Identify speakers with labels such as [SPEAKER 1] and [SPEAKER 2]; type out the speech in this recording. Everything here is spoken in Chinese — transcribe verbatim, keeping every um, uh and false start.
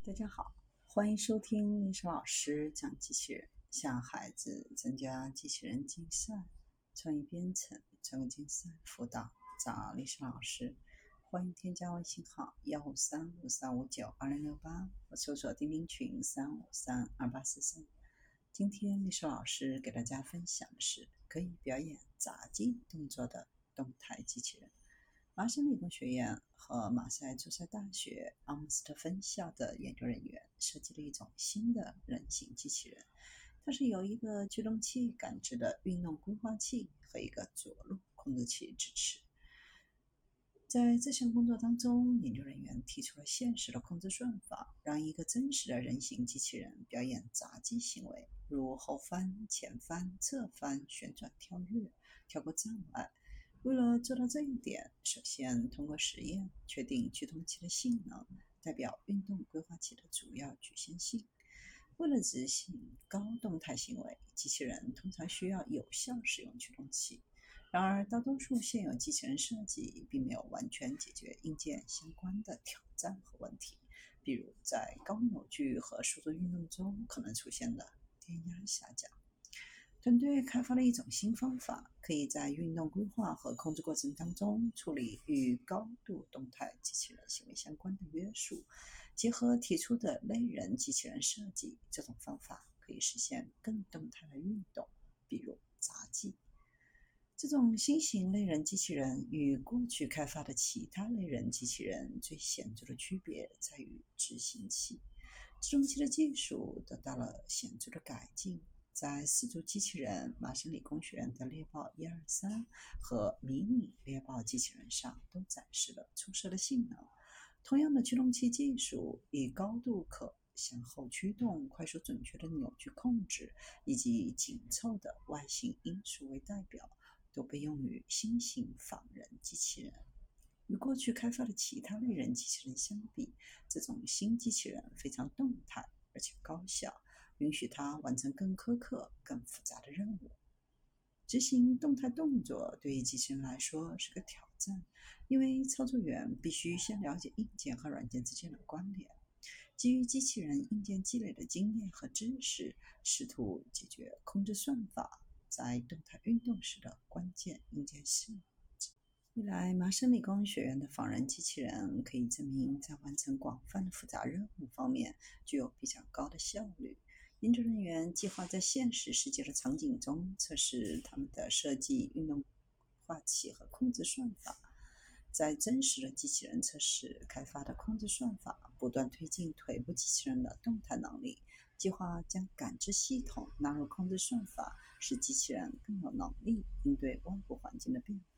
[SPEAKER 1] 大家好，欢迎收听历史老师讲机器人，向孩子增加机器人竞赛、创意编程、专业竞赛辅导，找历史老师。欢迎添加微信号幺五三五三五九二零六八，或搜索钉钉群三五三二八四三。今天历史老师给大家分享的是可以表演杂技动作的动态机器人。麻省理工学院和马赛诸塞大学阿姆斯特分校的研究人员设计了一种新的人形机器人，它是由一个驱动器感知的运动规划器和一个着陆控制器支持。在这项工作当中，研究人员提出了现实的控制算法，让一个真实的人形机器人表演杂技行为，如后翻、前翻、侧翻、旋转、跳跃、跳过障碍。为了做到这一点，首先通过实验确定驱动器的性能，代表运动规划器的主要局限性。为了执行高动态行为，机器人通常需要有效使用驱动器。然而，大多数现有机器人设计并没有完全解决硬件相关的挑战和问题，比如在高扭矩和速度运动中可能出现的电压下降。团队开发了一种新方法，可以在运动规划和控制过程当中处理与高度动态机器人行为相关的约束。结合提出的类人机器人设计，这种方法可以实现更动态的运动，比如杂技。这种新型类人机器人与过去开发的其他类人机器人最显著的区别在于执行器。执行器的技术得到了显著的改进，在四足机器人、麻省理工学院的猎豹一二三和迷你猎豹机器人上都展示了出色的性能。同样的驱动器技术，以高度可向后驱动、快速准确的扭矩控制以及紧凑的外形因素为代表，都被用于新型仿人机器人。与过去开发的其他类人机器人相比，这种新机器人非常动态而且高效，允许它完成更苛刻、更复杂的任务。执行动态动作对于机器人来说是个挑战，因为操作员必须先了解硬件和软件之间的关联，基于机器人硬件积累的经验和知识，试图解决控制算法在动态运动时的关键硬件设计。未来，麻省理工学院的仿人机器人可以证明在完成广泛的复杂任务方面具有比较高的效率。研究人员计划在现实世界的场景中测试他们的设计运动规划器和控制算法。在真实的机器人测试开发的控制算法不断推进腿部机器人的动态能力，计划将感知系统纳入控制算法，使机器人更有能力应对外部环境的变化。